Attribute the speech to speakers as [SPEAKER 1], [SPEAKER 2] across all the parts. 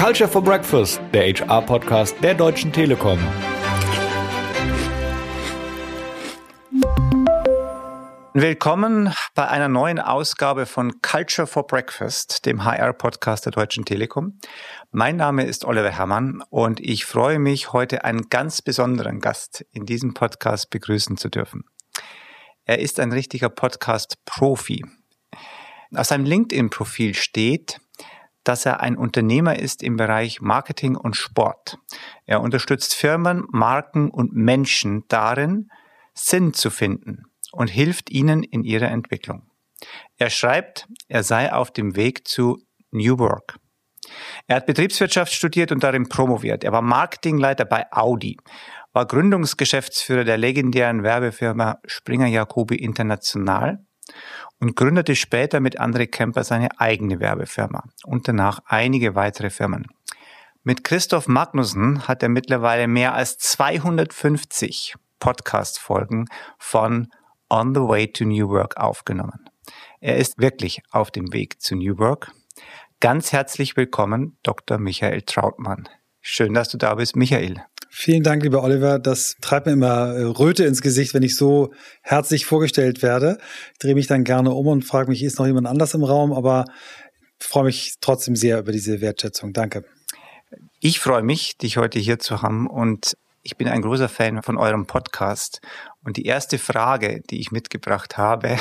[SPEAKER 1] Culture for Breakfast, der HR-Podcast der Deutschen Telekom.
[SPEAKER 2] Willkommen bei einer neuen Ausgabe von Culture for Breakfast, dem HR-Podcast der Deutschen Telekom. Mein Name ist Oliver Herrmann und ich freue mich, heute einen ganz besonderen Gast in diesem Podcast begrüßen zu dürfen. Er ist ein richtiger Podcast-Profi. Auf seinem LinkedIn-Profil steht, dass er ein Unternehmer ist im Bereich Marketing und Sport. Er unterstützt Firmen, Marken und Menschen darin, Sinn zu finden und hilft ihnen in ihrer Entwicklung. Er schreibt, er sei auf dem Weg zu New Work. Er hat Betriebswirtschaft studiert und darin promoviert. Er war Marketingleiter bei Audi, war Gründungsgeschäftsführer der legendären Werbefirma Springer Jacobi International und gründete später mit André Kemper seine eigene Werbefirma und danach einige weitere Firmen. Mit Christoph Magnussen hat er mittlerweile mehr als 250 Podcast-Folgen von On the Way to New Work aufgenommen. Er ist wirklich auf dem Weg zu New Work. Ganz herzlich willkommen, Dr. Michael Trautmann. Schön, dass du da bist, Michael.
[SPEAKER 3] Vielen Dank, lieber Oliver. Das treibt mir immer Röte ins Gesicht, wenn ich so herzlich vorgestellt werde. Ich drehe mich dann gerne um und frage mich, ist noch jemand anders im Raum? Aber ich freue mich trotzdem sehr über diese Wertschätzung. Danke.
[SPEAKER 2] Ich freue mich, dich heute hier zu haben und ich bin ein großer Fan von eurem Podcast. Und die erste Frage, die ich mitgebracht habe,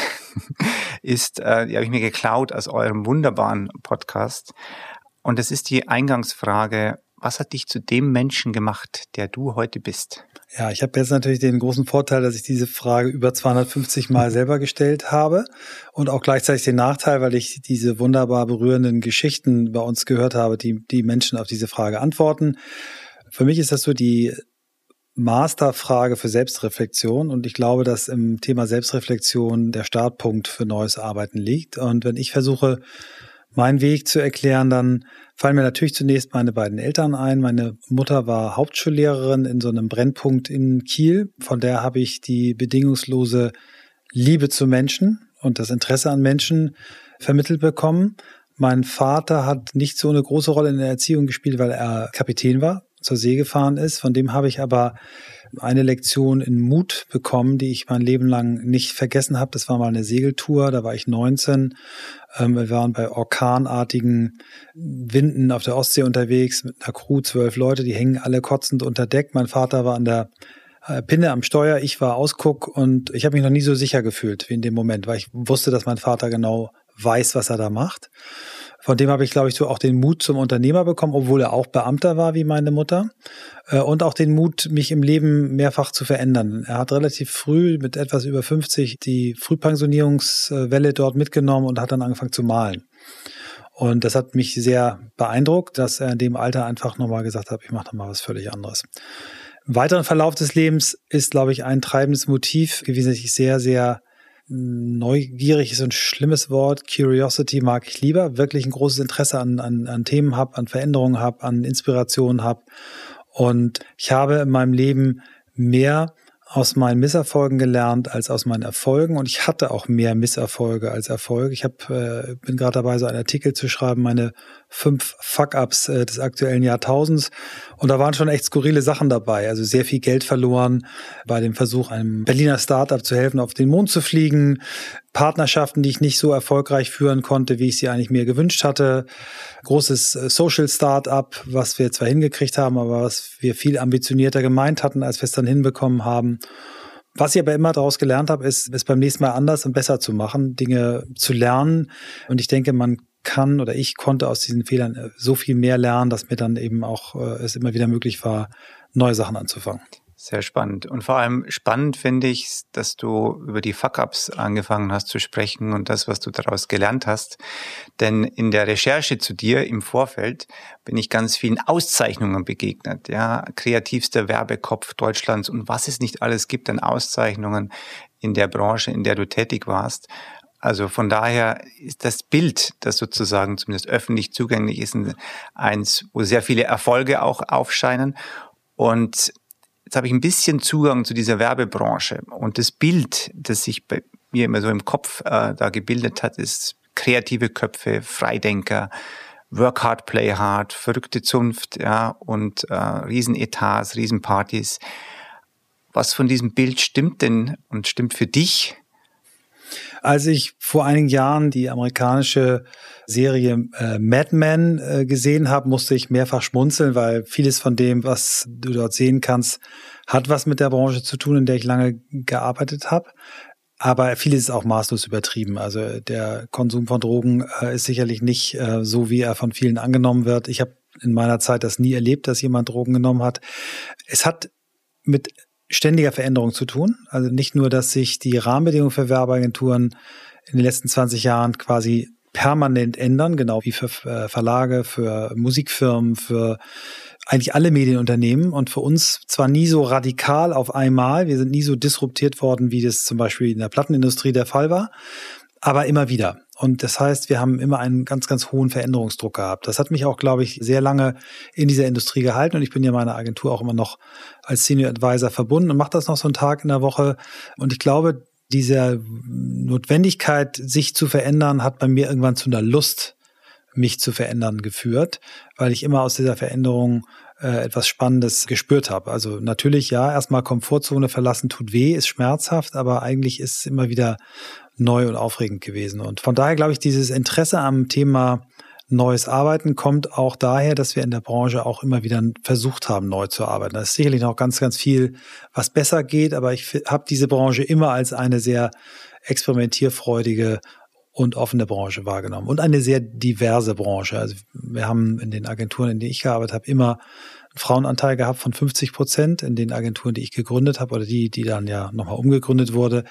[SPEAKER 2] ist, die habe ich mir geklaut aus eurem wunderbaren Podcast. Und das ist die Eingangsfrage: Was hat dich zu dem Menschen gemacht, der du heute bist?
[SPEAKER 3] Ja, ich habe jetzt natürlich den großen Vorteil, dass ich diese Frage über 250 Mal selber gestellt habe und auch gleichzeitig den Nachteil, weil ich diese wunderbar berührenden Geschichten bei uns gehört habe, die Menschen auf diese Frage antworten. Für mich ist das so die Masterfrage für Selbstreflexion und ich glaube, dass im Thema Selbstreflexion der Startpunkt für neues Arbeiten liegt. Und wenn ich versuche, meinen Weg zu erklären, dann fallen mir natürlich zunächst meine beiden Eltern ein. Meine Mutter war Hauptschullehrerin in so einem Brennpunkt in Kiel. Von der habe ich die bedingungslose Liebe zu Menschen und das Interesse an Menschen vermittelt bekommen. Mein Vater hat nicht so eine große Rolle in der Erziehung gespielt, weil er Kapitän war, zur See gefahren ist. Von dem habe ich aber eine Lektion in Mut bekommen, die ich mein Leben lang nicht vergessen habe. Das war mal eine Segeltour, da war ich 19. Wir waren bei orkanartigen Winden auf der Ostsee unterwegs mit einer Crew, 12 Leute, die hängen alle kotzend unter Deck. Mein Vater war an der Pinne am Steuer, ich war Ausguck und ich habe mich noch nie so sicher gefühlt wie in dem Moment, weil ich wusste, dass mein Vater genau weiß, was er da macht. Von dem habe ich, glaube ich, so auch den Mut zum Unternehmer bekommen, obwohl er auch Beamter war wie meine Mutter. Und auch den Mut, mich im Leben mehrfach zu verändern. Er hat relativ früh, mit etwas über 50, die Frühpensionierungswelle dort mitgenommen und hat dann angefangen zu malen. Und das hat mich sehr beeindruckt, dass er in dem Alter einfach nochmal gesagt hat, ich mache nochmal was völlig anderes. Im weiteren Verlauf des Lebens ist, glaube ich, ein treibendes Motiv gewesen, dass ich sehr, sehr neugierig ist ein schlimmes Wort. Curiosity mag ich lieber. Wirklich ein großes Interesse an Themen habe, an Veränderungen habe, an Inspirationen habe. Und ich habe in meinem Leben mehr aus meinen Misserfolgen gelernt als aus meinen Erfolgen. Und ich hatte auch mehr Misserfolge als Erfolge. Ich bin gerade dabei, so einen Artikel zu schreiben, meine 5 Fuck-Ups des aktuellen Jahrtausends. Und da waren schon echt skurrile Sachen dabei. Also sehr viel Geld verloren bei dem Versuch, einem Berliner Start-up zu helfen, auf den Mond zu fliegen. Partnerschaften, die ich nicht so erfolgreich führen konnte, wie ich sie eigentlich mir gewünscht hatte. Großes Social Start-up, was wir zwar hingekriegt haben, aber was wir viel ambitionierter gemeint hatten, als wir es dann hinbekommen haben. Was ich aber immer daraus gelernt habe, ist, es beim nächsten Mal anders und besser zu machen, Dinge zu lernen. Und ich denke, ich konnte aus diesen Fehlern so viel mehr lernen, dass mir dann eben auch es immer wieder möglich war, neue Sachen anzufangen.
[SPEAKER 2] Sehr spannend. Und vor allem spannend finde ich, dass du über die Fuck-Ups angefangen hast zu sprechen und das, was du daraus gelernt hast. Denn in der Recherche zu dir im Vorfeld bin ich ganz vielen Auszeichnungen begegnet. Ja, kreativster Werbekopf Deutschlands und was es nicht alles gibt an Auszeichnungen in der Branche, in der du tätig warst. Also von daher ist das Bild, das sozusagen zumindest öffentlich zugänglich ist, eins, wo sehr viele Erfolge auch aufscheinen. Und jetzt habe ich ein bisschen Zugang zu dieser Werbebranche. Und das Bild, das sich bei mir immer so im Kopf da gebildet hat, ist kreative Köpfe, Freidenker, Work hard, play hard, verrückte Zunft, ja, und Riesenetats, Riesenpartys. Was von diesem Bild stimmt denn und stimmt für dich?
[SPEAKER 3] Als ich vor einigen Jahren die amerikanische Serie Mad Men gesehen habe, musste ich mehrfach schmunzeln, weil vieles von dem, was du dort sehen kannst, hat was mit der Branche zu tun, in der ich lange gearbeitet habe. Aber vieles ist auch maßlos übertrieben. Also der Konsum von Drogen ist sicherlich nicht so, wie er von vielen angenommen wird. Ich habe in meiner Zeit das nie erlebt, dass jemand Drogen genommen hat. Es hat mit ständiger Veränderung zu tun. Also nicht nur, dass sich die Rahmenbedingungen für Werbeagenturen in den letzten 20 Jahren quasi permanent ändern, genau wie für Verlage, für Musikfirmen, für eigentlich alle Medienunternehmen und für uns zwar nie so radikal auf einmal, wir sind nie so disruptiert worden, wie das zum Beispiel in der Plattenindustrie der Fall war, aber immer wieder. Und das heißt, wir haben immer einen ganz, ganz hohen Veränderungsdruck gehabt. Das hat mich auch, glaube ich, sehr lange in dieser Industrie gehalten und ich bin ja meiner Agentur auch immer noch als Senior Advisor verbunden und mache das noch so einen Tag in der Woche. Und ich glaube, diese Notwendigkeit, sich zu verändern, hat bei mir irgendwann zu einer Lust, mich zu verändern, geführt, weil ich immer aus dieser Veränderung etwas Spannendes gespürt habe. Also natürlich, ja, erstmal Komfortzone verlassen tut weh, ist schmerzhaft, aber eigentlich ist es immer wieder neu und aufregend gewesen. Und von daher glaube ich, dieses Interesse am Thema neues Arbeiten kommt auch daher, dass wir in der Branche auch immer wieder versucht haben, neu zu arbeiten. Da ist sicherlich noch ganz, ganz viel, was besser geht, aber ich habe diese Branche immer als eine sehr experimentierfreudige und offene Branche wahrgenommen und eine sehr diverse Branche. Also wir haben in den Agenturen, in denen ich gearbeitet habe, immer einen Frauenanteil gehabt von 50%. In den Agenturen, die ich gegründet habe oder die dann ja nochmal umgegründet wurde,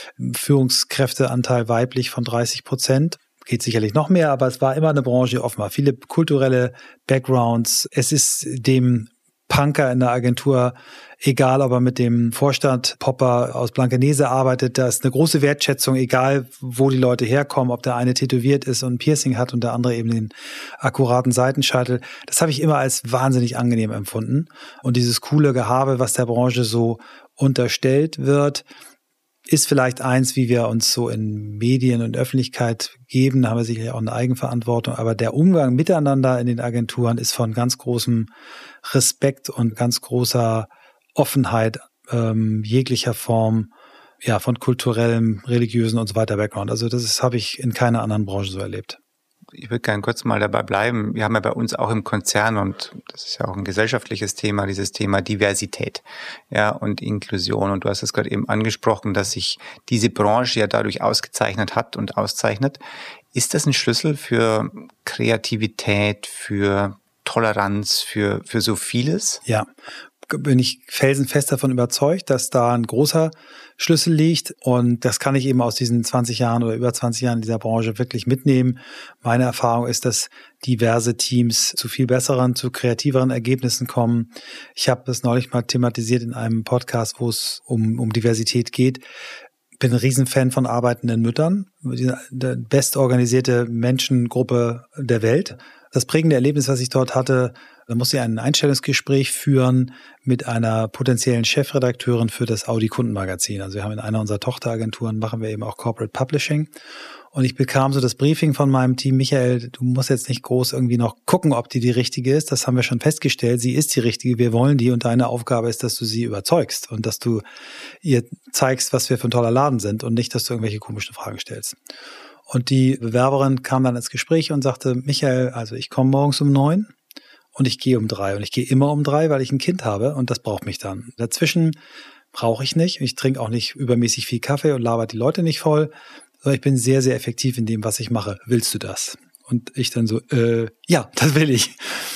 [SPEAKER 3] Führungskräfteanteil weiblich von 30%. Geht sicherlich noch mehr, aber es war immer eine Branche, die offen war. Viele kulturelle Backgrounds. Es ist dem Punker in der Agentur, egal ob er mit dem Vorstand Popper aus Blankenese arbeitet, da ist eine große Wertschätzung, egal wo die Leute herkommen, ob der eine tätowiert ist und ein Piercing hat und der andere eben den akkuraten Seitenscheitel. Das habe ich immer als wahnsinnig angenehm empfunden. Und dieses coole Gehabe, was der Branche so unterstellt wird, ist vielleicht eins, wie wir uns so in Medien und Öffentlichkeit geben. Da haben wir sicherlich auch eine Eigenverantwortung. Aber der Umgang miteinander in den Agenturen ist von ganz großem Respekt und ganz großer Offenheit jeglicher Form, ja, von kulturellem, religiösen und so weiter Background. Also das habe ich in keiner anderen Branche so erlebt.
[SPEAKER 2] Ich würde gerne kurz mal dabei bleiben. Wir haben ja bei uns auch im Konzern, und das ist ja auch ein gesellschaftliches Thema, dieses Thema Diversität, ja, und Inklusion. Und du hast es gerade eben angesprochen, dass sich diese Branche ja dadurch ausgezeichnet hat und auszeichnet. Ist das ein Schlüssel für Kreativität, für Toleranz, für so vieles?
[SPEAKER 3] Ja, bin ich felsenfest davon überzeugt, dass da ein großer Schlüssel liegt. Und das kann ich eben aus diesen 20 Jahren oder über 20 Jahren in dieser Branche wirklich mitnehmen. Meine Erfahrung ist, dass diverse Teams zu viel besseren, zu kreativeren Ergebnissen kommen. Ich habe das neulich mal thematisiert in einem Podcast, wo es um Diversität geht. Bin ein Riesenfan von arbeitenden Müttern, die bestorganisierte Menschengruppe der Welt. Das prägende Erlebnis, was ich dort hatte, da musste ich ein Einstellungsgespräch führen mit einer potenziellen Chefredakteurin für das Audi-Kundenmagazin. Also wir haben in einer unserer Tochteragenturen, machen wir eben auch Corporate Publishing. Und ich bekam so das Briefing von meinem Team: Michael, du musst jetzt nicht groß irgendwie noch gucken, ob die richtige ist. Das haben wir schon festgestellt. Sie ist die richtige, wir wollen die. Und deine Aufgabe ist, dass du sie überzeugst und dass du ihr zeigst, was wir für ein toller Laden sind und nicht, dass du irgendwelche komischen Fragen stellst. Und die Bewerberin kam dann ins Gespräch und sagte: Michael, also ich komme morgens um 9 und ich gehe um 3. Und ich gehe immer um 3, weil ich ein Kind habe und das braucht mich dann. Dazwischen brauche ich nicht. Ich trinke auch nicht übermäßig viel Kaffee und labert die Leute nicht voll, sondern ich bin sehr, sehr effektiv in dem, was ich mache. Willst du das? Und ich dann so, ja, das will ich.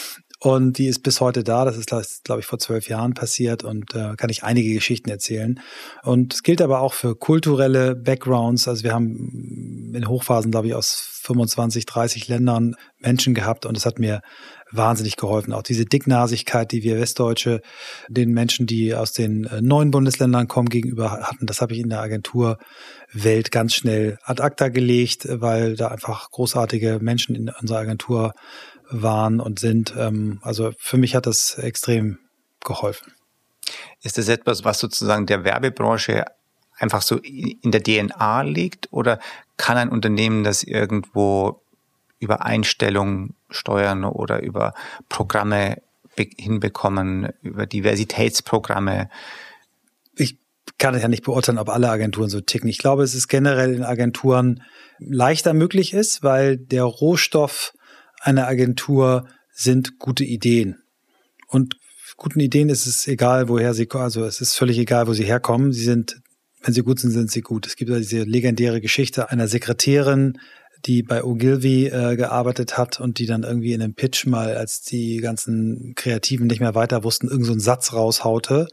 [SPEAKER 3] Und die ist bis heute da. Das ist, glaube ich, vor 12 Jahren passiert und kann ich einige Geschichten erzählen. Und es gilt aber auch für kulturelle Backgrounds. Also wir haben in Hochphasen, glaube ich, aus 25, 30 Ländern Menschen gehabt und es hat mir wahnsinnig geholfen. Auch diese Dicknasigkeit, die wir Westdeutsche den Menschen, die aus den neuen Bundesländern kommen, gegenüber hatten, das habe ich in der Agenturwelt ganz schnell ad acta gelegt, weil da einfach großartige Menschen in unserer Agentur waren und sind. Also für mich hat das extrem geholfen.
[SPEAKER 2] Ist das etwas, was sozusagen der Werbebranche einfach so in der DNA liegt, oder kann ein Unternehmen das irgendwo über Einstellung steuern oder über Programme hinbekommen, über Diversitätsprogramme?
[SPEAKER 3] Ich kann es ja nicht beurteilen, ob alle Agenturen so ticken. Ich glaube, es ist generell in Agenturen leichter möglich ist, weil der Rohstoff einer Agentur sind gute Ideen. Und guten Ideen ist es egal, woher sie kommen. Also es ist völlig egal, wo sie herkommen. Wenn sie gut sind, sind sie gut. Es gibt ja diese legendäre Geschichte einer Sekretärin, die bei Ogilvy gearbeitet hat und die dann irgendwie in einem Pitch mal, als die ganzen Kreativen nicht mehr weiter wussten, irgend so einen Satz raushaute.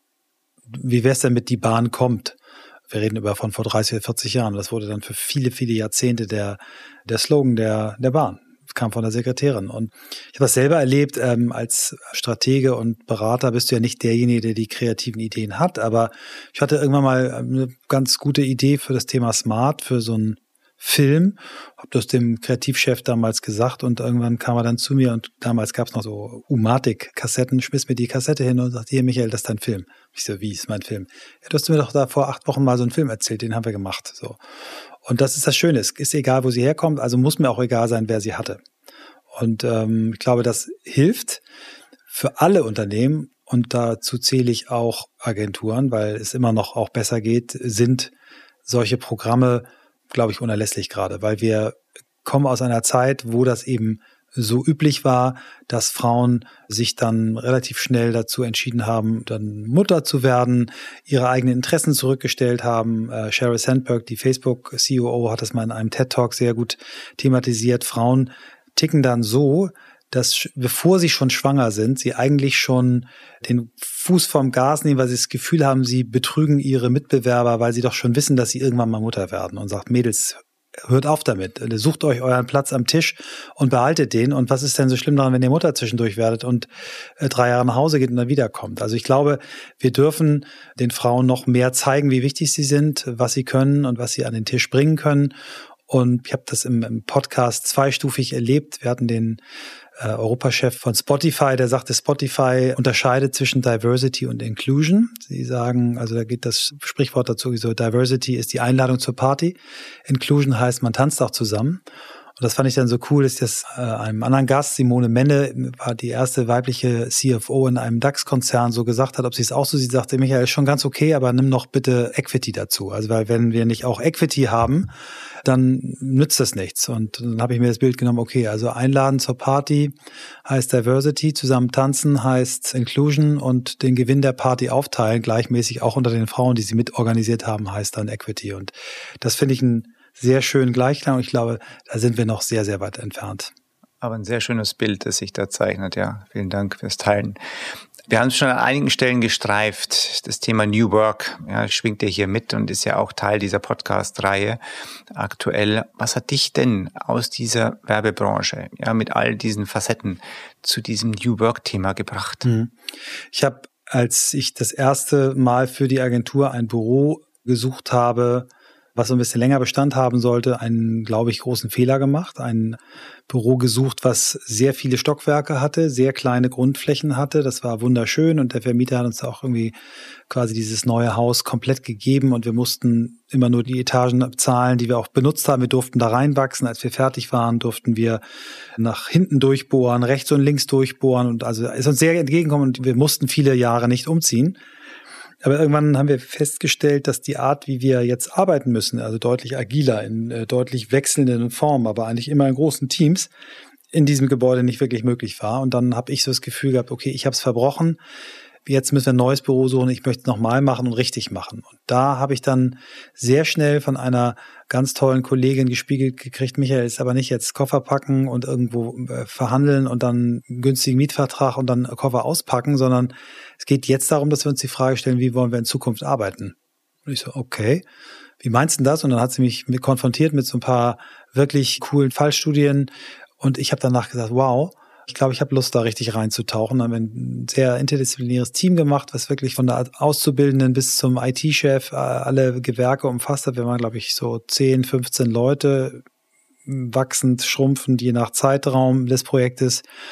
[SPEAKER 3] Wie wäre es denn mit die Bahn kommt? Wir reden von vor 30 oder 40 Jahren. Das wurde dann für viele, viele Jahrzehnte der Slogan der Bahn. Das kam von der Sekretärin. Und ich habe das selber erlebt, als Stratege und Berater bist du ja nicht derjenige, der die kreativen Ideen hat. Aber ich hatte irgendwann mal eine ganz gute Idee für das Thema Smart, für so einen Film, habe das dem Kreativchef damals gesagt und irgendwann kam er dann zu mir und damals gab es noch so Umatic-Kassetten, schmiss mir die Kassette hin und sagte, hier Michael, das ist dein Film. Ich so, wie ist mein Film? Ja, du hast mir doch da vor 8 Wochen mal so einen Film erzählt, den haben wir gemacht. So. Und das ist das Schöne, es ist egal, wo sie herkommt, also muss mir auch egal sein, wer sie hatte. Und ich glaube, das hilft für alle Unternehmen und dazu zähle ich auch Agenturen, weil es immer noch auch besser geht, sind solche Programme, glaube ich, unerlässlich gerade, weil wir kommen aus einer Zeit, wo das eben so üblich war, dass Frauen sich dann relativ schnell dazu entschieden haben, dann Mutter zu werden, ihre eigenen Interessen zurückgestellt haben. Sheryl Sandberg, die Facebook-COO, hat das mal in einem TED-Talk sehr gut thematisiert. Frauen ticken dann so, dass bevor sie schon schwanger sind, sie eigentlich schon den Fuß vom Gas nehmen, weil sie das Gefühl haben, sie betrügen ihre Mitbewerber, weil sie doch schon wissen, dass sie irgendwann mal Mutter werden und sagt, Mädels, hört auf damit. Sucht euch euren Platz am Tisch und behaltet den. Und was ist denn so schlimm daran, wenn ihr Mutter zwischendurch werdet und 3 Jahre nach Hause geht und dann wiederkommt? Also ich glaube, wir dürfen den Frauen noch mehr zeigen, wie wichtig sie sind, was sie können und was sie an den Tisch bringen können. Und ich habe das im Podcast zweistufig erlebt. Wir hatten den Europachef von Spotify, der sagte, Spotify unterscheidet zwischen Diversity und Inclusion. Sie sagen, also da geht das Sprichwort dazu, so Diversity ist die Einladung zur Party. Inclusion heißt, man tanzt auch zusammen. Und das fand ich dann so cool, ist das einem anderen Gast, Simone Menne, war die erste weibliche CFO in einem DAX-Konzern, so gesagt hat, ob sie es auch so sieht, sagte Michael, ist schon ganz okay, aber nimm noch bitte Equity dazu. Also weil wenn wir nicht auch Equity haben, dann nützt das nichts. Und dann habe ich mir das Bild genommen, okay, also einladen zur Party heißt Diversity, zusammen tanzen heißt Inclusion und den Gewinn der Party aufteilen, gleichmäßig auch unter den Frauen, die sie mitorganisiert haben, heißt dann Equity. Und das finde ich ein sehr schönen Gleichklang. Ich glaube, da sind wir noch sehr, sehr weit entfernt.
[SPEAKER 2] Aber ein sehr schönes Bild, das sich da zeichnet. Ja, vielen Dank fürs Teilen. Wir haben es schon an einigen Stellen gestreift. Das Thema New Work, ja, schwingt ja hier mit und ist ja auch Teil dieser Podcast-Reihe aktuell. Was hat dich denn aus dieser Werbebranche, ja, mit all diesen Facetten zu diesem New Work-Thema gebracht?
[SPEAKER 3] Ich habe, als ich das erste Mal für die Agentur ein Büro gesucht habe, was so ein bisschen länger Bestand haben sollte, einen, glaube ich, großen Fehler gemacht. Ein Büro gesucht, was sehr viele Stockwerke hatte, sehr kleine Grundflächen hatte. Das war wunderschön und der Vermieter hat uns auch irgendwie quasi dieses neue Haus komplett gegeben und wir mussten immer nur die Etagen zahlen, die wir auch benutzt haben. Wir durften da reinwachsen. Als wir fertig waren, durften wir nach hinten durchbohren, rechts und links durchbohren und also ist uns sehr entgegengekommen und wir mussten viele Jahre nicht umziehen. Aber irgendwann haben wir festgestellt, dass die Art, wie wir jetzt arbeiten müssen, also deutlich agiler, in deutlich wechselnden Formen, aber eigentlich immer in großen Teams, in diesem Gebäude nicht wirklich möglich war. Und dann habe ich so das Gefühl gehabt, okay, ich habe es verbrochen, jetzt müssen wir ein neues Büro suchen, ich möchte es nochmal machen und richtig machen. Und da habe ich dann sehr schnell von einer ganz tollen Kollegin gespiegelt gekriegt, Michael, ist aber nicht jetzt Koffer packen und irgendwo verhandeln und dann einen günstigen Mietvertrag und dann Koffer auspacken, sondern es geht jetzt darum, dass wir uns die Frage stellen, wie wollen wir in Zukunft arbeiten? Und ich so, okay, wie meinst du das? Und dann hat sie mich konfrontiert mit so ein paar wirklich coolen Fallstudien und ich habe danach gesagt, wow, ich glaube, ich habe Lust, da richtig reinzutauchen. Dann haben wir ein sehr interdisziplinäres Team gemacht, was wirklich von der Auszubildenden bis zum IT-Chef alle Gewerke umfasst hat. Wir waren, glaube ich, so 10, 15 Leute, wachsend, schrumpfend, je nach Zeitraum des Projektes.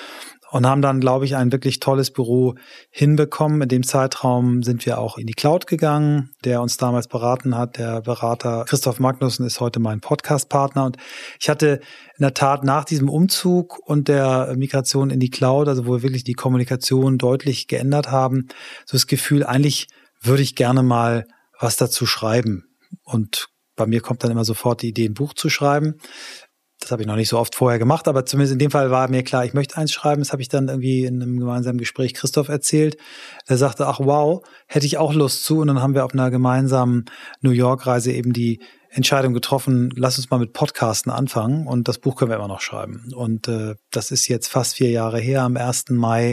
[SPEAKER 3] und haben dann, glaube ich, ein wirklich tolles Büro hinbekommen. In dem Zeitraum sind wir auch in die Cloud gegangen, der uns damals beraten hat. Der Berater Christoph Magnussen ist heute mein Podcast-Partner. Und ich hatte in der Tat nach diesem Umzug und der Migration in die Cloud, also wo wir wirklich die Kommunikation deutlich geändert haben, so das Gefühl, eigentlich würde ich gerne mal was dazu schreiben. Und bei mir kommt dann immer sofort die Idee, ein Buch zu schreiben. Das habe ich noch nicht so oft vorher gemacht, aber zumindest in dem Fall war mir klar, ich möchte eins schreiben. Das habe ich dann irgendwie in einem gemeinsamen Gespräch Christoph erzählt. Der sagte, ach wow, hätte ich auch Lust zu. Und dann haben wir auf einer gemeinsamen New York-Reise eben die Entscheidung getroffen, lass uns mal mit Podcasten anfangen. Und das Buch können wir immer noch schreiben. Und das ist jetzt fast 4 Jahre her. Am 1. Mai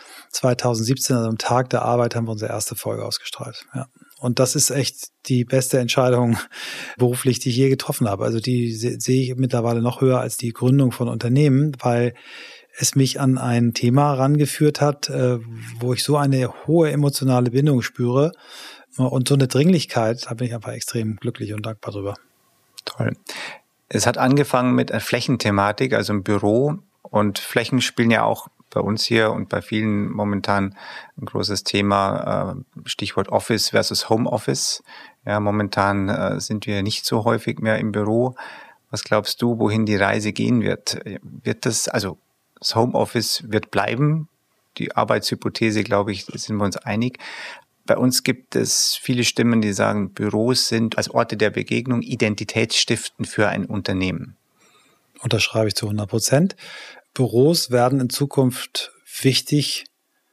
[SPEAKER 3] 2017, also am Tag der Arbeit, haben wir unsere erste Folge ausgestrahlt. Ja. Und das ist echt die beste Entscheidung beruflich, die ich je getroffen habe. Also die sehe ich mittlerweile noch höher als die Gründung von Unternehmen, weil es mich an ein Thema rangeführt hat, wo ich so eine hohe emotionale Bindung spüre und so eine Dringlichkeit, da bin ich einfach extrem glücklich und dankbar drüber.
[SPEAKER 2] Toll. Es hat angefangen mit einer Flächenthematik, also im Büro, und Flächen spielen ja auch bei uns hier und bei vielen momentan ein großes Thema, Stichwort Office versus Homeoffice. Ja, momentan sind wir nicht so häufig mehr im Büro. Was glaubst du, wohin die Reise gehen wird? Das Homeoffice wird bleiben. Die Arbeitshypothese, glaube ich, sind wir uns einig. Bei uns gibt es viele Stimmen, die sagen, Büros sind als Orte der Begegnung identitätsstiftend für ein Unternehmen.
[SPEAKER 3] Unterschreibe ich zu 100%. Büros werden in Zukunft wichtig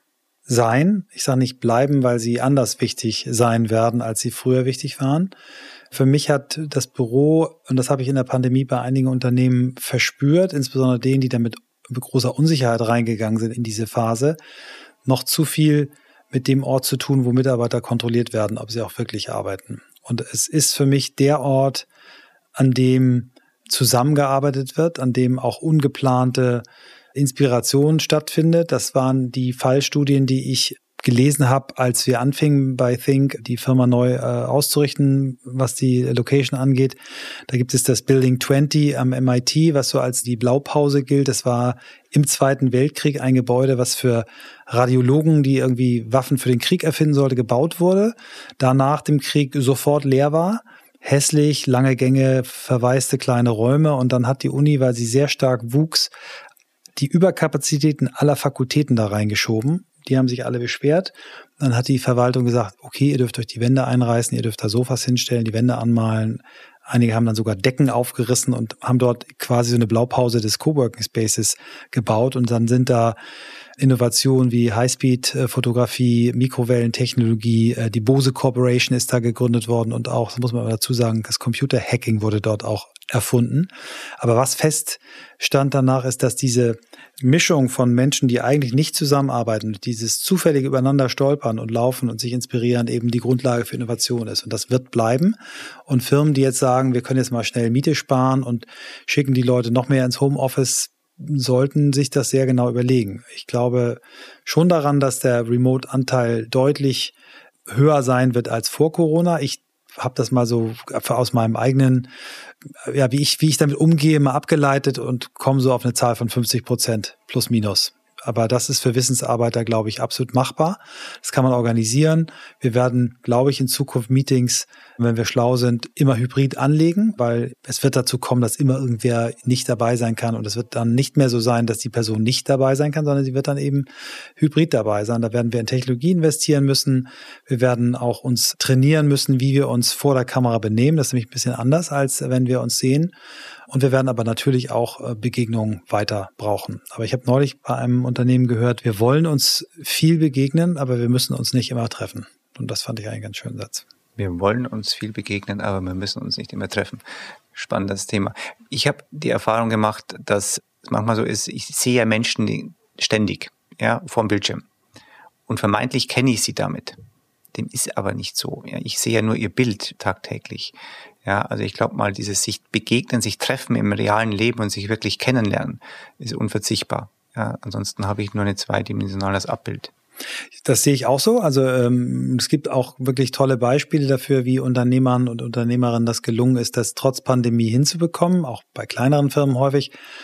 [SPEAKER 3] sein. Ich sage nicht bleiben, weil sie anders wichtig sein werden, als sie früher wichtig waren. Für mich hat das Büro, und das habe ich in der Pandemie bei einigen Unternehmen verspürt, insbesondere denen, die da mit großer Unsicherheit reingegangen sind in diese Phase, noch zu viel mit dem Ort zu tun, wo Mitarbeiter kontrolliert werden, ob sie auch wirklich arbeiten. Und es ist für mich der Ort, an dem zusammengearbeitet wird, an dem auch ungeplante Inspiration stattfindet. Das waren die Fallstudien, die ich gelesen habe, als wir anfingen bei Think, die Firma neu auszurichten, was die Location angeht. Da gibt es das Building 20 am MIT, was so als die Blaupause gilt. Das war im Zweiten Weltkrieg ein Gebäude, was für Radiologen, die irgendwie Waffen für den Krieg erfinden sollte, gebaut wurde. Danach dem Krieg sofort leer war. Hässlich, lange Gänge, verwaiste kleine Räume, und dann hat die Uni, weil sie sehr stark wuchs, die Überkapazitäten aller Fakultäten da reingeschoben. Die haben sich alle beschwert. Dann hat die Verwaltung gesagt, okay, ihr dürft euch die Wände einreißen, ihr dürft da Sofas hinstellen, die Wände anmalen. Einige haben dann sogar Decken aufgerissen und haben dort quasi so eine Blaupause des Coworking Spaces gebaut, und dann sind da Innovationen wie Highspeed-Fotografie, Mikrowellentechnologie, die Bose Corporation ist da gegründet worden, und auch, das muss man dazu sagen, das Computer-Hacking wurde dort auch erfunden. Aber was feststand danach ist, dass diese Mischung von Menschen, die eigentlich nicht zusammenarbeiten, dieses zufällige Übereinander stolpern und laufen und sich inspirieren, eben die Grundlage für Innovation ist. Und das wird bleiben. Und Firmen, die jetzt sagen, wir können jetzt mal schnell Miete sparen und schicken die Leute noch mehr ins Homeoffice, sollten sich das sehr genau überlegen. Ich glaube schon daran, dass der Remote-Anteil deutlich höher sein wird als vor Corona. Ich habe das mal so aus meinem eigenen, ja, wie ich damit umgehe, mal abgeleitet und komme so auf eine Zahl von 50% plus minus. Aber das ist für Wissensarbeiter, glaube ich, absolut machbar. Das kann man organisieren. Wir werden, glaube ich, in Zukunft Meetings, wenn wir schlau sind, immer hybrid anlegen, weil es wird dazu kommen, dass immer irgendwer nicht dabei sein kann. Und es wird dann nicht mehr so sein, dass die Person nicht dabei sein kann, sondern sie wird dann eben hybrid dabei sein. Da werden wir in Technologie investieren müssen. Wir werden auch uns trainieren müssen, wie wir uns vor der Kamera benehmen. Das ist nämlich ein bisschen anders, als wenn wir uns sehen. Und wir werden aber natürlich auch Begegnungen weiter brauchen. Aber ich habe neulich bei einem Unternehmen gehört, wir wollen uns viel begegnen, aber wir müssen uns nicht immer treffen. Und das fand ich einen ganz schönen Satz.
[SPEAKER 2] Wir wollen uns viel begegnen, aber wir müssen uns nicht immer treffen. Spannendes Thema. Ich habe die Erfahrung gemacht, dass es manchmal so ist, ich sehe ja Menschen ständig, ja, vorm Bildschirm. Und vermeintlich kenne ich sie damit. Dem ist aber nicht so. Ja, ich sehe ja nur ihr Bild tagtäglich. Ja, also ich glaube mal, dieses sich begegnen, sich treffen im realen Leben und sich wirklich kennenlernen, ist unverzichtbar. Ja, ansonsten habe ich nur ein zweidimensionales Abbild.
[SPEAKER 3] Das sehe ich auch so. Also es gibt auch wirklich tolle Beispiele dafür, wie Unternehmern und Unternehmerinnen das gelungen ist, das trotz Pandemie hinzubekommen, auch bei kleineren Firmen häufig.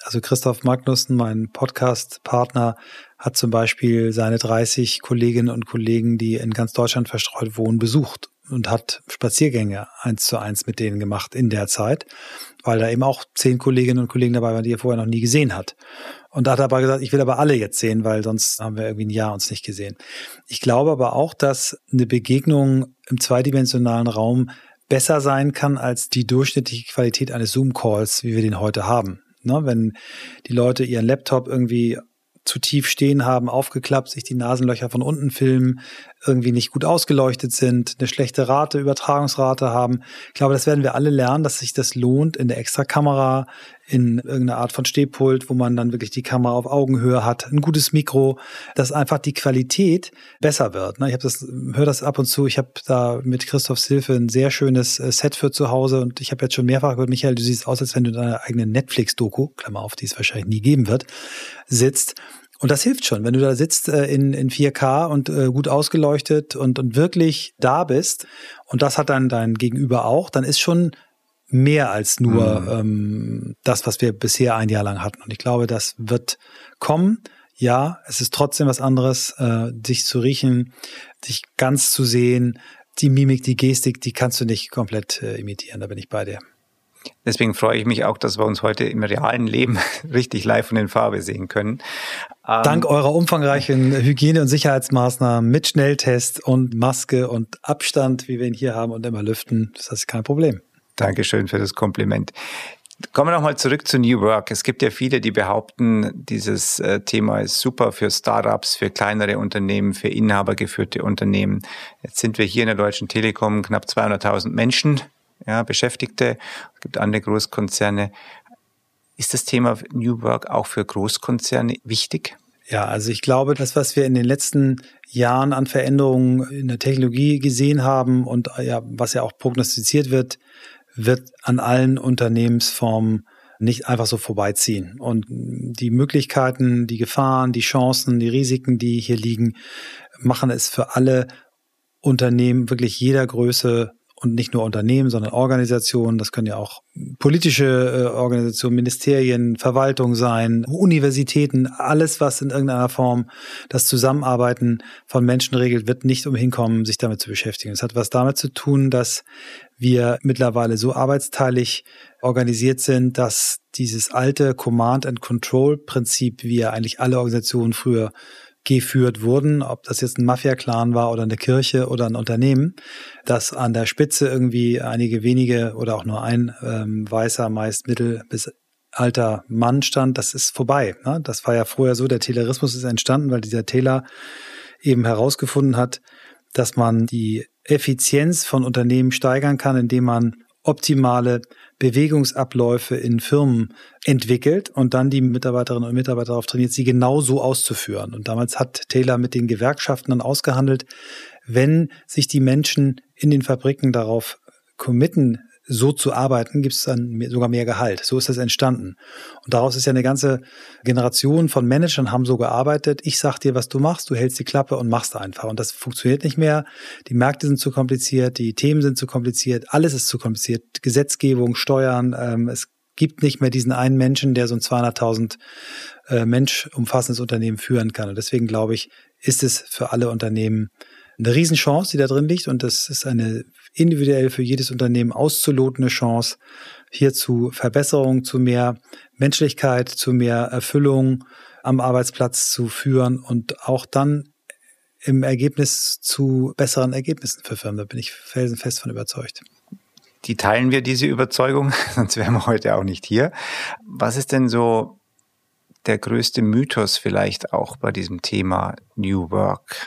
[SPEAKER 3] Also Christoph Magnussen, mein Podcast-Partner, hat zum Beispiel seine 30 Kolleginnen und Kollegen, die in ganz Deutschland verstreut wohnen, besucht und hat Spaziergänge 1:1 mit denen gemacht in der Zeit, weil da eben auch 10 Kolleginnen und Kollegen dabei waren, die er vorher noch nie gesehen hat. Und da hat er aber gesagt, ich will aber alle jetzt sehen, weil sonst haben wir irgendwie ein Jahr uns nicht gesehen. Ich glaube aber auch, dass eine Begegnung im zweidimensionalen Raum besser sein kann als die durchschnittliche Qualität eines Zoom-Calls, wie wir den heute haben. Ne, wenn die Leute ihren Laptop irgendwie zu tief stehen haben, aufgeklappt, sich die Nasenlöcher von unten filmen, irgendwie nicht gut ausgeleuchtet sind, eine schlechte Übertragungsrate haben. Ich glaube, das werden wir alle lernen, dass sich das lohnt in der Extrakamera, in irgendeiner Art von Stehpult, wo man dann wirklich die Kamera auf Augenhöhe hat, ein gutes Mikro, dass einfach die Qualität besser wird. Ich höre das ab und zu. Ich habe da mit Christophs Hilfe ein sehr schönes Set für zu Hause und ich habe jetzt schon mehrfach gehört, Michael, du siehst aus, als wenn du in deiner eigenen Netflix-Doku, Klammer auf, die es wahrscheinlich nie geben wird, sitzt. Und das hilft schon, wenn du da sitzt in 4K und gut ausgeleuchtet und wirklich da bist und das hat dann dein Gegenüber auch, dann ist schon mehr als nur das, was wir bisher ein Jahr lang hatten. Und ich glaube, das wird kommen. Ja, es ist trotzdem was anderes, dich zu riechen, dich ganz zu sehen. Die Mimik, die Gestik, die kannst du nicht komplett imitieren. Da bin ich bei dir.
[SPEAKER 2] Deswegen freue ich mich auch, dass wir uns heute im realen Leben richtig live und in Farbe sehen können.
[SPEAKER 3] Dank eurer umfangreichen Hygiene- und Sicherheitsmaßnahmen mit Schnelltest und Maske und Abstand, wie wir ihn hier haben und immer lüften, das ist kein Problem.
[SPEAKER 2] Dankeschön für das Kompliment. Kommen wir nochmal zurück zu New Work. Es gibt ja viele, die behaupten, dieses Thema ist super für Startups, für kleinere Unternehmen, für inhabergeführte Unternehmen. Jetzt sind wir hier in der Deutschen Telekom knapp 200.000 Menschen, ja, Beschäftigte. Es gibt andere Großkonzerne. Ist das Thema New Work auch für Großkonzerne wichtig?
[SPEAKER 3] Ja, also ich glaube, das, was wir in den letzten Jahren an Veränderungen in der Technologie gesehen haben und ja, was ja auch prognostiziert wird an allen Unternehmensformen nicht einfach so vorbeiziehen. Und die Möglichkeiten, die Gefahren, die Chancen, die Risiken, die hier liegen, machen es für alle Unternehmen wirklich jeder Größe und nicht nur Unternehmen, sondern Organisationen, das können ja auch politische Organisationen, Ministerien, Verwaltung sein, Universitäten, alles, was in irgendeiner Form das Zusammenarbeiten von Menschen regelt, wird nicht umhin kommen, sich damit zu beschäftigen. Es hat was damit zu tun, dass wir mittlerweile so arbeitsteilig organisiert sind, dass dieses alte Command-and-Control-Prinzip, wie ja eigentlich alle Organisationen früher geführt wurden, ob das jetzt ein Mafia-Clan war oder eine Kirche oder ein Unternehmen, dass an der Spitze irgendwie einige wenige oder auch nur ein weißer, meist mittel- bis alter Mann stand, das ist vorbei. Ne? Das war ja vorher so, der Taylorismus ist entstanden, weil dieser Taylor eben herausgefunden hat, dass man die Effizienz von Unternehmen steigern kann, indem man optimale Bewegungsabläufe in Firmen entwickelt und dann die Mitarbeiterinnen und Mitarbeiter darauf trainiert, sie genau so auszuführen. Und damals hat Taylor mit den Gewerkschaften dann ausgehandelt, wenn sich die Menschen in den Fabriken darauf committen, so zu arbeiten, gibt es dann sogar mehr Gehalt. So ist das entstanden. Und daraus ist ja eine ganze Generation von Managern haben so gearbeitet. Ich sag dir, was du machst, du hältst die Klappe und machst einfach. Und das funktioniert nicht mehr. Die Märkte sind zu kompliziert, die Themen sind zu kompliziert, alles ist zu kompliziert. Gesetzgebung, Steuern, es gibt nicht mehr diesen einen Menschen, der so ein 200.000 Mensch umfassendes Unternehmen führen kann. Und deswegen glaube ich, ist es für alle Unternehmen eine Riesenchance, die da drin liegt. Und das ist eine individuell für jedes Unternehmen auszulotende Chance, hier zu Verbesserung, zu mehr Menschlichkeit, zu mehr Erfüllung am Arbeitsplatz zu führen und auch dann im Ergebnis zu besseren Ergebnissen für Firmen. Da bin ich felsenfest von überzeugt.
[SPEAKER 2] Die teilen wir, diese Überzeugung, sonst wären wir heute auch nicht hier. Was ist denn so der größte Mythos vielleicht auch bei diesem Thema New Work?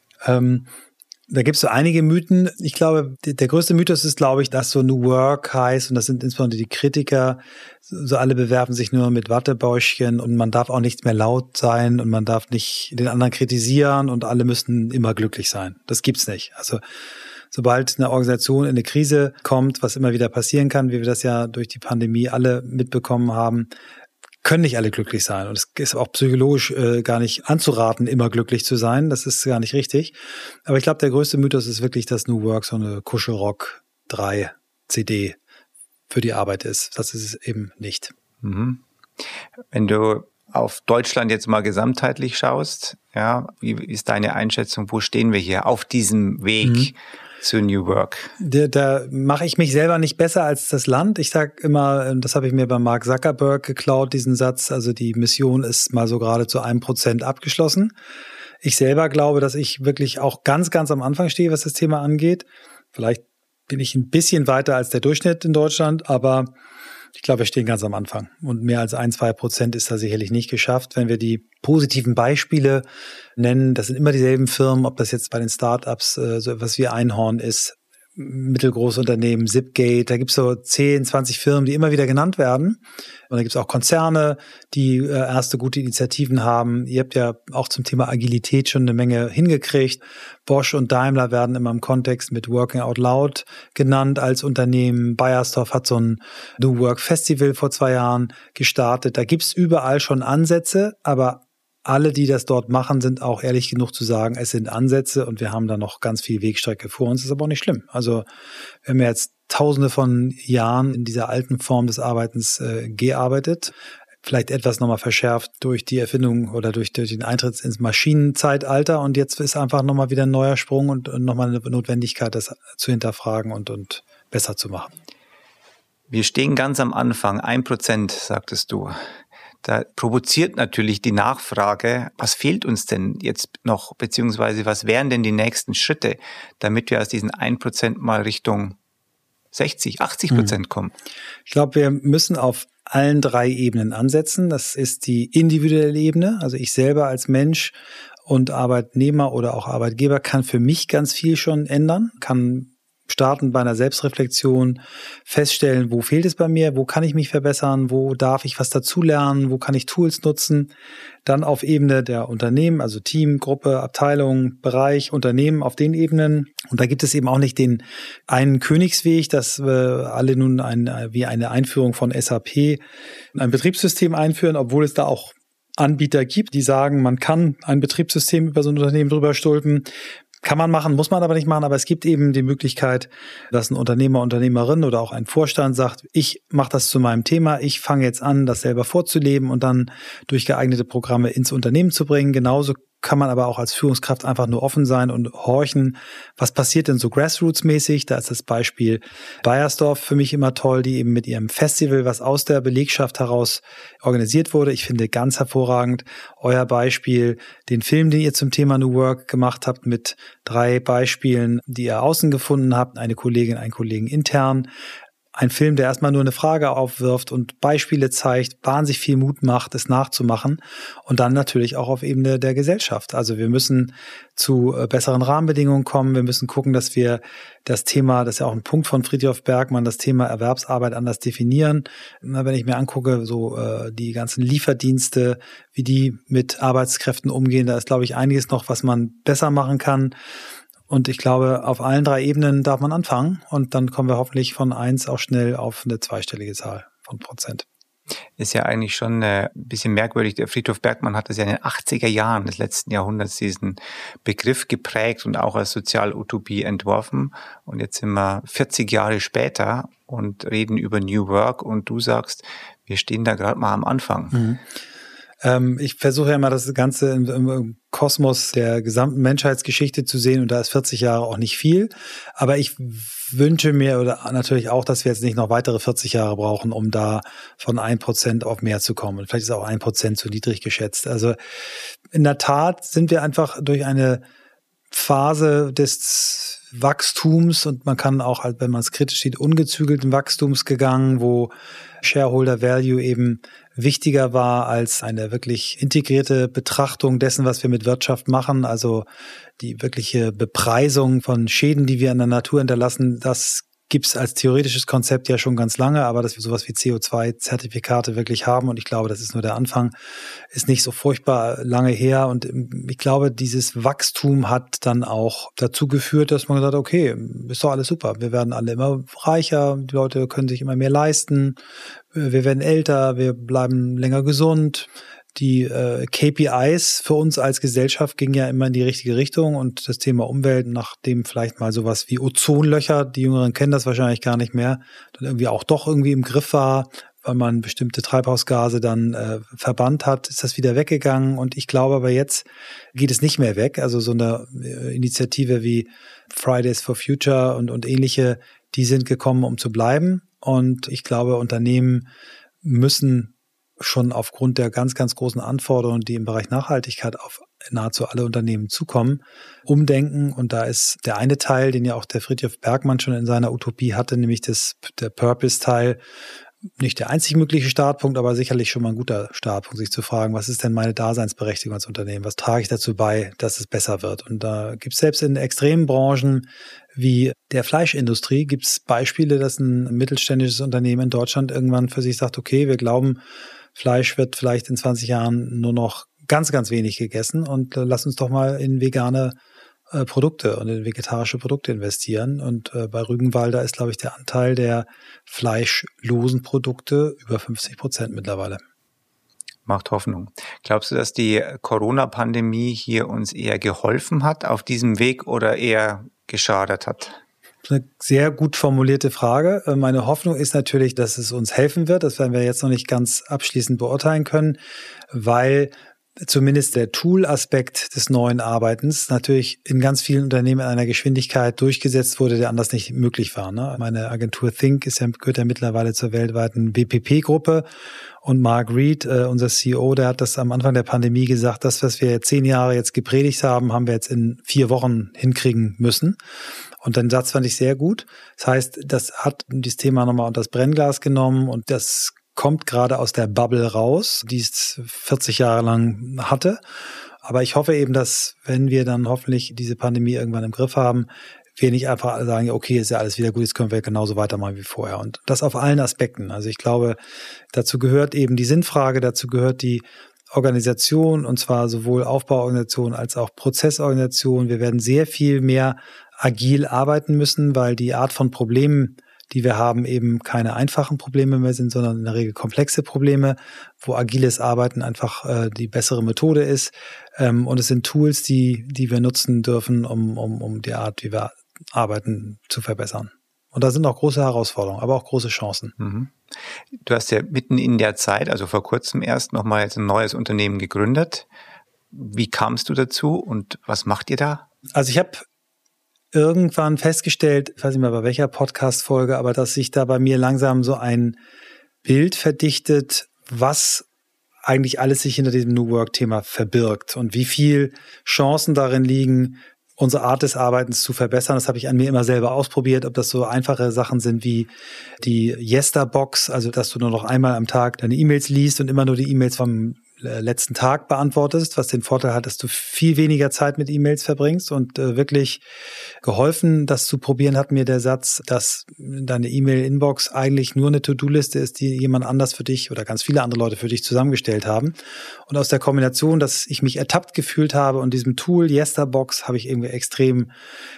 [SPEAKER 3] Da gibt es so einige Mythen. Ich glaube, der größte Mythos ist, glaube ich, dass so New Work heißt, und das sind insbesondere die Kritiker, so alle bewerben sich nur mit Wattebäuschchen und man darf auch nicht mehr laut sein und man darf nicht den anderen kritisieren und alle müssen immer glücklich sein. Das gibt's nicht. Also sobald eine Organisation in eine Krise kommt, was immer wieder passieren kann, wie wir das ja durch die Pandemie alle mitbekommen haben, können nicht alle glücklich sein. Und es ist auch psychologisch gar nicht anzuraten, immer glücklich zu sein. Das ist gar nicht richtig. Aber ich glaube, der größte Mythos ist wirklich, dass New Work so eine Kuschelrock 3 CD für die Arbeit ist. Das ist es eben nicht.
[SPEAKER 2] Mhm. Wenn du auf Deutschland jetzt mal gesamtheitlich schaust, ja, wie ist deine Einschätzung? Wo stehen wir hier auf diesem Weg zu New Work?
[SPEAKER 3] Da mache ich mich selber nicht besser als das Land. Ich sage immer, das habe ich mir bei Mark Zuckerberg geklaut, diesen Satz, also die Mission ist mal so gerade zu 1% abgeschlossen. Ich selber glaube, dass ich wirklich auch ganz, ganz am Anfang stehe, was das Thema angeht. Vielleicht bin ich ein bisschen weiter als der Durchschnitt in Deutschland, aber ich glaube, wir stehen ganz am Anfang. Und mehr als 1-2% ist da sicherlich nicht geschafft. Wenn wir die positiven Beispiele nennen, das sind immer dieselben Firmen, ob das jetzt bei den Startups so etwas wie Einhorn ist, mittelgroße Unternehmen, Zipgate, da gibt es so 10, 20 Firmen, die immer wieder genannt werden. Und da gibt es auch Konzerne, die erste gute Initiativen haben. Ihr habt ja auch zum Thema Agilität schon eine Menge hingekriegt. Bosch und Daimler werden immer im Kontext mit Working Out Loud genannt als Unternehmen. Bayersdorf hat so ein New Work Festival vor 2 Jahren gestartet. Da gibt es überall schon Ansätze, aber alle, die das dort machen, sind auch ehrlich genug zu sagen, es sind Ansätze und wir haben da noch ganz viel Wegstrecke vor uns. Das ist aber auch nicht schlimm. Also wir haben ja jetzt Tausende von Jahren in dieser alten Form des Arbeitens gearbeitet. Vielleicht etwas nochmal verschärft durch die Erfindung oder durch den Eintritt ins Maschinenzeitalter. Und jetzt ist einfach nochmal wieder ein neuer Sprung und nochmal eine Notwendigkeit, das zu hinterfragen und besser zu machen.
[SPEAKER 2] Wir stehen ganz am Anfang, 1%, sagtest du. Da provoziert natürlich die Nachfrage, was fehlt uns denn jetzt noch, beziehungsweise was wären denn die nächsten Schritte, damit wir aus diesen 1% mal Richtung 60, 80% kommen?
[SPEAKER 3] Ich glaube, wir müssen auf allen 3 Ebenen ansetzen. Das ist die individuelle Ebene, also ich selber als Mensch und Arbeitnehmer oder auch Arbeitgeber kann für mich ganz viel schon ändern, kann starten bei einer Selbstreflexion, feststellen, wo fehlt es bei mir, wo kann ich mich verbessern, wo darf ich was dazulernen, wo kann ich Tools nutzen. Dann auf Ebene der Unternehmen, also Team, Gruppe, Abteilung, Bereich, Unternehmen, auf den Ebenen. Und da gibt es eben auch nicht den einen Königsweg, dass wir alle nun wie eine Einführung von SAP ein Betriebssystem einführen, obwohl es da auch Anbieter gibt, die sagen, man kann ein Betriebssystem über so ein Unternehmen drüber stülpen. Kann man machen, muss man aber nicht machen, aber es gibt eben die Möglichkeit, dass ein Unternehmer, Unternehmerin oder auch ein Vorstand sagt, ich mache das zu meinem Thema, ich fange jetzt an, das selber vorzuleben und dann durch geeignete Programme ins Unternehmen zu bringen. Genauso kann man aber auch als Führungskraft einfach nur offen sein und horchen, was passiert denn so Grassroots-mäßig. Da ist das Beispiel Bayersdorf für mich immer toll, die eben mit ihrem Festival, was aus der Belegschaft heraus organisiert wurde. Ich finde ganz hervorragend euer Beispiel, den Film, den ihr zum Thema New Work gemacht habt, mit 3 Beispielen, die ihr außen gefunden habt, eine Kollegin, einen Kollegen intern. Ein Film, der erstmal nur eine Frage aufwirft und Beispiele zeigt, wahnsinnig viel Mut macht, es nachzumachen und dann natürlich auch auf Ebene der Gesellschaft. Also wir müssen zu besseren Rahmenbedingungen kommen. Wir müssen gucken, dass wir das Thema, das ist ja auch ein Punkt von Frithjof Bergmann, das Thema Erwerbsarbeit anders definieren. Wenn ich mir angucke, so die ganzen Lieferdienste, wie die mit Arbeitskräften umgehen, da ist, glaube ich, einiges noch, was man besser machen kann. Und ich glaube, auf allen 3 Ebenen darf man anfangen und dann kommen wir hoffentlich von 1 auch schnell auf eine zweistellige Zahl von Prozent.
[SPEAKER 2] Ist ja eigentlich schon ein bisschen merkwürdig. Der Frithjof Bergmann hat das ja in den 80er Jahren des letzten Jahrhunderts diesen Begriff geprägt und auch als Sozialutopie entworfen. Und jetzt sind wir 40 Jahre später und reden über New Work und du sagst, wir stehen da gerade mal am Anfang.
[SPEAKER 3] Mhm. Ich versuche ja immer das Ganze im Kosmos der gesamten Menschheitsgeschichte zu sehen und da ist 40 Jahre auch nicht viel. Aber ich wünsche mir oder natürlich auch, dass wir jetzt nicht noch weitere 40 Jahre brauchen, um da von 1% auf mehr zu kommen. Und vielleicht ist auch 1% zu niedrig geschätzt. Also in der Tat sind wir einfach durch eine Phase des Wachstums und man kann auch, wenn man es kritisch sieht, ungezügelten Wachstums gegangen, wo Shareholder Value eben wichtiger war als eine wirklich integrierte Betrachtung dessen, was wir mit Wirtschaft machen. Also die wirkliche Bepreisung von Schäden, die wir an der Natur hinterlassen, das gibt es als theoretisches Konzept ja schon ganz lange, aber dass wir sowas wie CO2-Zertifikate wirklich haben und ich glaube, das ist nur der Anfang, ist nicht so furchtbar lange her und ich glaube, dieses Wachstum hat dann auch dazu geführt, dass man gesagt hat, okay, ist doch alles super, wir werden alle immer reicher, die Leute können sich immer mehr leisten, wir werden älter, wir bleiben länger gesund. Die KPIs für uns als Gesellschaft gingen ja immer in die richtige Richtung und das Thema Umwelt, nachdem vielleicht mal sowas wie Ozonlöcher, die Jüngeren kennen das wahrscheinlich gar nicht mehr, dann irgendwie auch doch irgendwie im Griff war weil man bestimmte Treibhausgase dann verbannt hat, ist das wieder weggegangen. Und ich glaube aber jetzt geht es nicht mehr weg. Also so eine Initiative wie Fridays for Future und ähnliche, die sind gekommen, um zu bleiben. Und ich glaube, Unternehmen müssen schon aufgrund der ganz, ganz großen Anforderungen, die im Bereich Nachhaltigkeit auf nahezu alle Unternehmen zukommen, umdenken. Und da ist der eine Teil, den ja auch der Frithjof Bergmann schon in seiner Utopie hatte, nämlich der Purpose-Teil, nicht der einzig mögliche Startpunkt, aber sicherlich schon mal ein guter Startpunkt, sich zu fragen, was ist denn meine Daseinsberechtigung als Unternehmen? Was trage ich dazu bei, dass es besser wird? Und da gibt es selbst in extremen Branchen wie der Fleischindustrie gibt es Beispiele, dass ein mittelständisches Unternehmen in Deutschland irgendwann für sich sagt, okay, wir glauben, Fleisch wird vielleicht in 20 Jahren nur noch ganz, ganz wenig gegessen und lass uns doch mal in vegane Produkte und in vegetarische Produkte investieren. Und bei Rügenwalder ist, glaube ich, der Anteil der fleischlosen Produkte über 50% mittlerweile.
[SPEAKER 2] Macht Hoffnung. Glaubst du, dass die Corona-Pandemie hier uns eher geholfen hat auf diesem Weg oder eher geschadet hat?
[SPEAKER 3] Das ist eine sehr gut formulierte Frage. Meine Hoffnung ist natürlich, dass es uns helfen wird. Das werden wir jetzt noch nicht ganz abschließend beurteilen können, weil zumindest der Tool-Aspekt des neuen Arbeitens natürlich in ganz vielen Unternehmen in einer Geschwindigkeit durchgesetzt wurde, der anders nicht möglich war. Ne? Meine Agentur Think gehört ja mittlerweile zur weltweiten BPP-Gruppe und Mark Reed, unser CEO, der hat das am Anfang der Pandemie gesagt, das, was wir 10 Jahre jetzt gepredigt haben, haben wir jetzt in 4 Wochen hinkriegen müssen. Und den Satz fand ich sehr gut. Das heißt, das hat dieses Thema nochmal unter das Brennglas genommen und das kommt gerade aus der Bubble raus, die es 40 Jahre lang hatte. Aber ich hoffe eben, dass, wenn wir dann hoffentlich diese Pandemie irgendwann im Griff haben, wir nicht einfach sagen, okay, ist ja alles wieder gut, jetzt können wir genauso weitermachen wie vorher. Und das auf allen Aspekten. Also ich glaube, dazu gehört eben die Sinnfrage, dazu gehört die Organisation, und zwar sowohl Aufbauorganisation als auch Prozessorganisation. Wir werden sehr viel mehr agil arbeiten müssen, weil die Art von Problemen, die wir haben, eben keine einfachen Probleme mehr sind, sondern in der Regel komplexe Probleme, wo agiles Arbeiten einfach die bessere Methode ist. Und es sind Tools, die wir nutzen dürfen, um die Art, wie wir arbeiten, zu verbessern. Und da sind auch große Herausforderungen, aber auch große Chancen.
[SPEAKER 2] Mhm. Du hast ja mitten in der Zeit, also vor kurzem erst, nochmal jetzt ein neues Unternehmen gegründet. Wie kamst du dazu und was macht ihr da?
[SPEAKER 3] Also ich habe irgendwann festgestellt, ich weiß nicht mehr bei welcher Podcast-Folge, aber dass sich da bei mir langsam so ein Bild verdichtet, was eigentlich alles sich hinter diesem New Work-Thema verbirgt und wie viel Chancen darin liegen, unsere Art des Arbeitens zu verbessern. Das habe ich an mir immer selber ausprobiert, ob das so einfache Sachen sind wie die Yester-Box, also dass du nur noch einmal am Tag deine E-Mails liest und immer nur die E-Mails vom letzten Tag beantwortest, was den Vorteil hat, dass du viel weniger Zeit mit E-Mails verbringst und wirklich geholfen, das zu probieren, hat mir der Satz, dass deine E-Mail-Inbox eigentlich nur eine To-Do-Liste ist, die jemand anders für dich oder ganz viele andere Leute für dich zusammengestellt haben. Und aus der Kombination, dass ich mich ertappt gefühlt habe und diesem Tool Yester-Box habe ich irgendwie extrem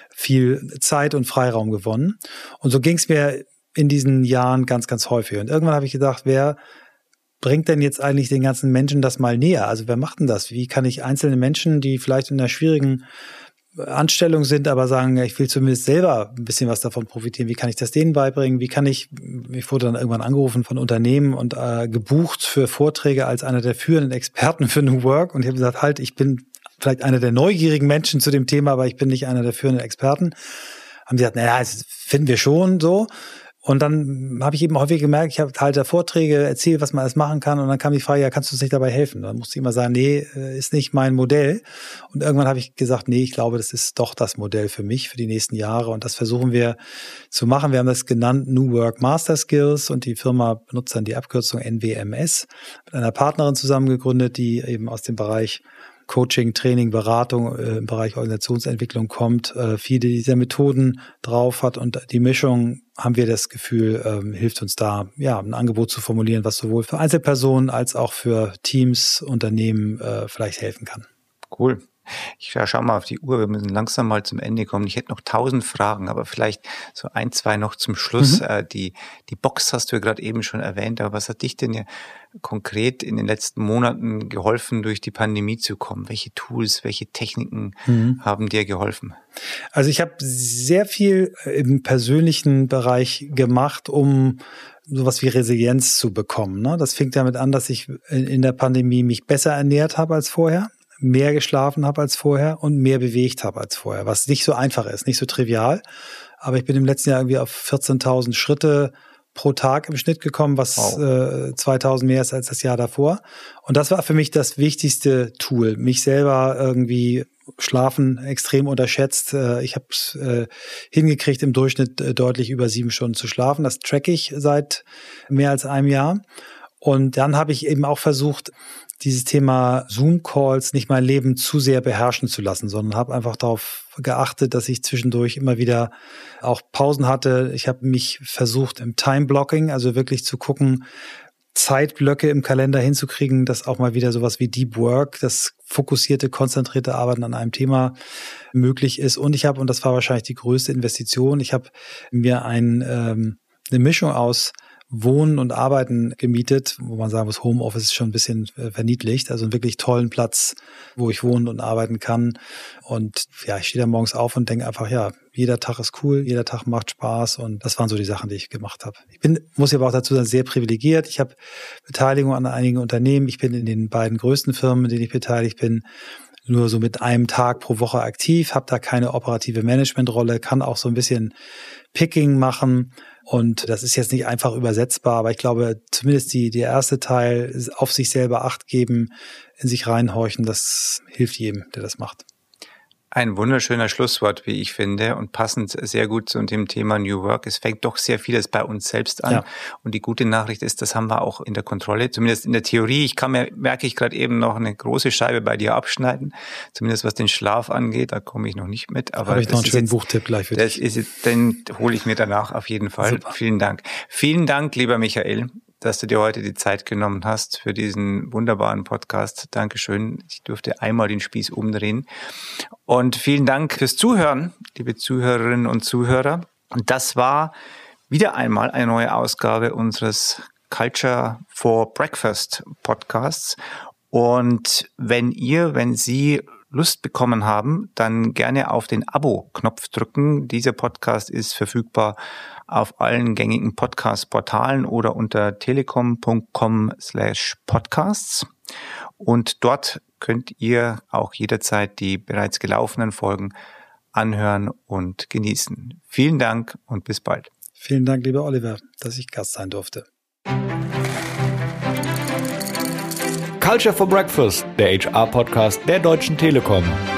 [SPEAKER 3] viel Zeit und Freiraum gewonnen. Und so ging es mir in diesen Jahren ganz, ganz häufig. Und irgendwann habe ich gedacht, wer bringt denn jetzt eigentlich den ganzen Menschen das mal näher? Also wer macht denn das? Wie kann ich einzelne Menschen, die vielleicht in einer schwierigen Anstellung sind, aber sagen, ich will zumindest selber ein bisschen was davon profitieren, wie kann ich das denen beibringen? Ich wurde dann irgendwann angerufen von Unternehmen und gebucht für Vorträge als einer der führenden Experten für New Work und ich habe gesagt, halt, ich bin vielleicht einer der neugierigen Menschen zu dem Thema, aber ich bin nicht einer der führenden Experten. Haben sie gesagt, naja, das finden wir schon so. Und dann habe ich eben häufig gemerkt, ich habe halt da Vorträge erzählt, was man alles machen kann. Und dann kam die Frage, ja, kannst du uns nicht dabei helfen? Dann musste ich immer sagen, nee, ist nicht mein Modell. Und irgendwann habe ich gesagt, nee, ich glaube, das ist doch das Modell für mich, für die nächsten Jahre. Und das versuchen wir zu machen. Wir haben das genannt New Work Master Skills und die Firma benutzt dann die Abkürzung NWMS. Mit einer Partnerin zusammen gegründet, die eben aus dem Bereich Coaching, Training, Beratung im Bereich Organisationsentwicklung kommt, viele dieser Methoden drauf hat und die Mischung, haben wir das Gefühl, hilft uns da, ja, ein Angebot zu formulieren, was sowohl für Einzelpersonen als auch für Teams, Unternehmen vielleicht helfen kann.
[SPEAKER 2] Cool. Ich schau mal auf die Uhr, wir müssen langsam mal zum Ende kommen. Ich hätte noch 1000 Fragen, aber vielleicht so 1, 2 noch zum Schluss. Die Box hast du ja gerade eben schon erwähnt, aber was hat dich denn ja konkret in den letzten Monaten geholfen, durch die Pandemie zu kommen? Welche Tools, welche Techniken haben dir geholfen?
[SPEAKER 3] Also ich habe sehr viel im persönlichen Bereich gemacht, um sowas wie Resilienz zu bekommen. Ne? Das fing damit an, dass ich in der Pandemie mich besser ernährt habe als vorher, mehr geschlafen habe als vorher und mehr bewegt habe als vorher, was nicht so einfach ist, nicht so trivial. Aber ich bin im letzten Jahr irgendwie auf 14.000 Schritte pro Tag im Schnitt gekommen, was 2.000 mehr ist als das Jahr davor. Und das war für mich das wichtigste Tool, mich selber irgendwie Schlafen extrem unterschätzt. Ich habe es hingekriegt, im Durchschnitt deutlich über 7 Stunden zu schlafen. Das tracke ich seit mehr als einem Jahr. Und dann habe ich eben auch versucht, dieses Thema Zoom-Calls nicht mein Leben zu sehr beherrschen zu lassen, sondern habe einfach darauf geachtet, dass ich zwischendurch immer wieder auch Pausen hatte. Ich habe mich versucht im Time-Blocking, also wirklich zu gucken, Zeitblöcke im Kalender hinzukriegen, dass auch mal wieder sowas wie Deep Work, das fokussierte, konzentrierte Arbeiten an einem Thema möglich ist. Und ich habe, und das war wahrscheinlich die größte Investition, ich habe mir eine Mischung aus Wohnen und Arbeiten gemietet, wo man sagen muss, Homeoffice ist schon ein bisschen verniedlicht, also einen wirklich tollen Platz, wo ich wohnen und arbeiten kann. Und ja, ich stehe da morgens auf und denke einfach, ja, jeder Tag ist cool, jeder Tag macht Spaß und das waren so die Sachen, die ich gemacht habe. Muss aber auch dazu sagen, sehr privilegiert. Ich habe Beteiligung an einigen Unternehmen. Ich bin in den beiden größten Firmen, in denen ich beteiligt bin, nur so mit einem Tag pro Woche aktiv, habe da keine operative Managementrolle, kann auch so ein bisschen Picking machen. Und das ist jetzt nicht einfach übersetzbar, aber ich glaube, zumindest der erste Teil, auf sich selber Acht geben, in sich reinhorchen, das hilft jedem, der das macht.
[SPEAKER 2] Ein wunderschöner Schlusswort, wie ich finde, und passend sehr gut zu dem Thema New Work. Es fängt doch sehr vieles bei uns selbst an. Ja. Und die gute Nachricht ist, das haben wir auch in der Kontrolle, zumindest in der Theorie. Ich kann merke ich gerade eben noch eine große Scheibe bei dir abschneiden, zumindest was den Schlaf angeht. Da komme ich noch nicht mit. Aber
[SPEAKER 3] habe ich noch einen schönen Buchtipp gleich für dich.
[SPEAKER 2] Den hole ich mir danach auf jeden Fall. Super. Vielen Dank. Vielen Dank, lieber Michael, dass du dir heute die Zeit genommen hast für diesen wunderbaren Podcast. Dankeschön. Ich durfte einmal den Spieß umdrehen. Und vielen Dank fürs Zuhören, liebe Zuhörerinnen und Zuhörer. Und das war wieder einmal eine neue Ausgabe unseres Culture for Breakfast Podcasts. Und wenn Sie Lust bekommen haben, dann gerne auf den Abo-Knopf drücken. Dieser Podcast ist verfügbar auf allen gängigen Podcast-Portalen oder unter telekom.com/podcasts. Und dort könnt ihr auch jederzeit die bereits gelaufenen Folgen anhören und genießen. Vielen Dank und bis bald.
[SPEAKER 3] Vielen Dank, lieber Oliver, dass ich Gast sein durfte.
[SPEAKER 1] Culture for Breakfast, der HR-Podcast der Deutschen Telekom.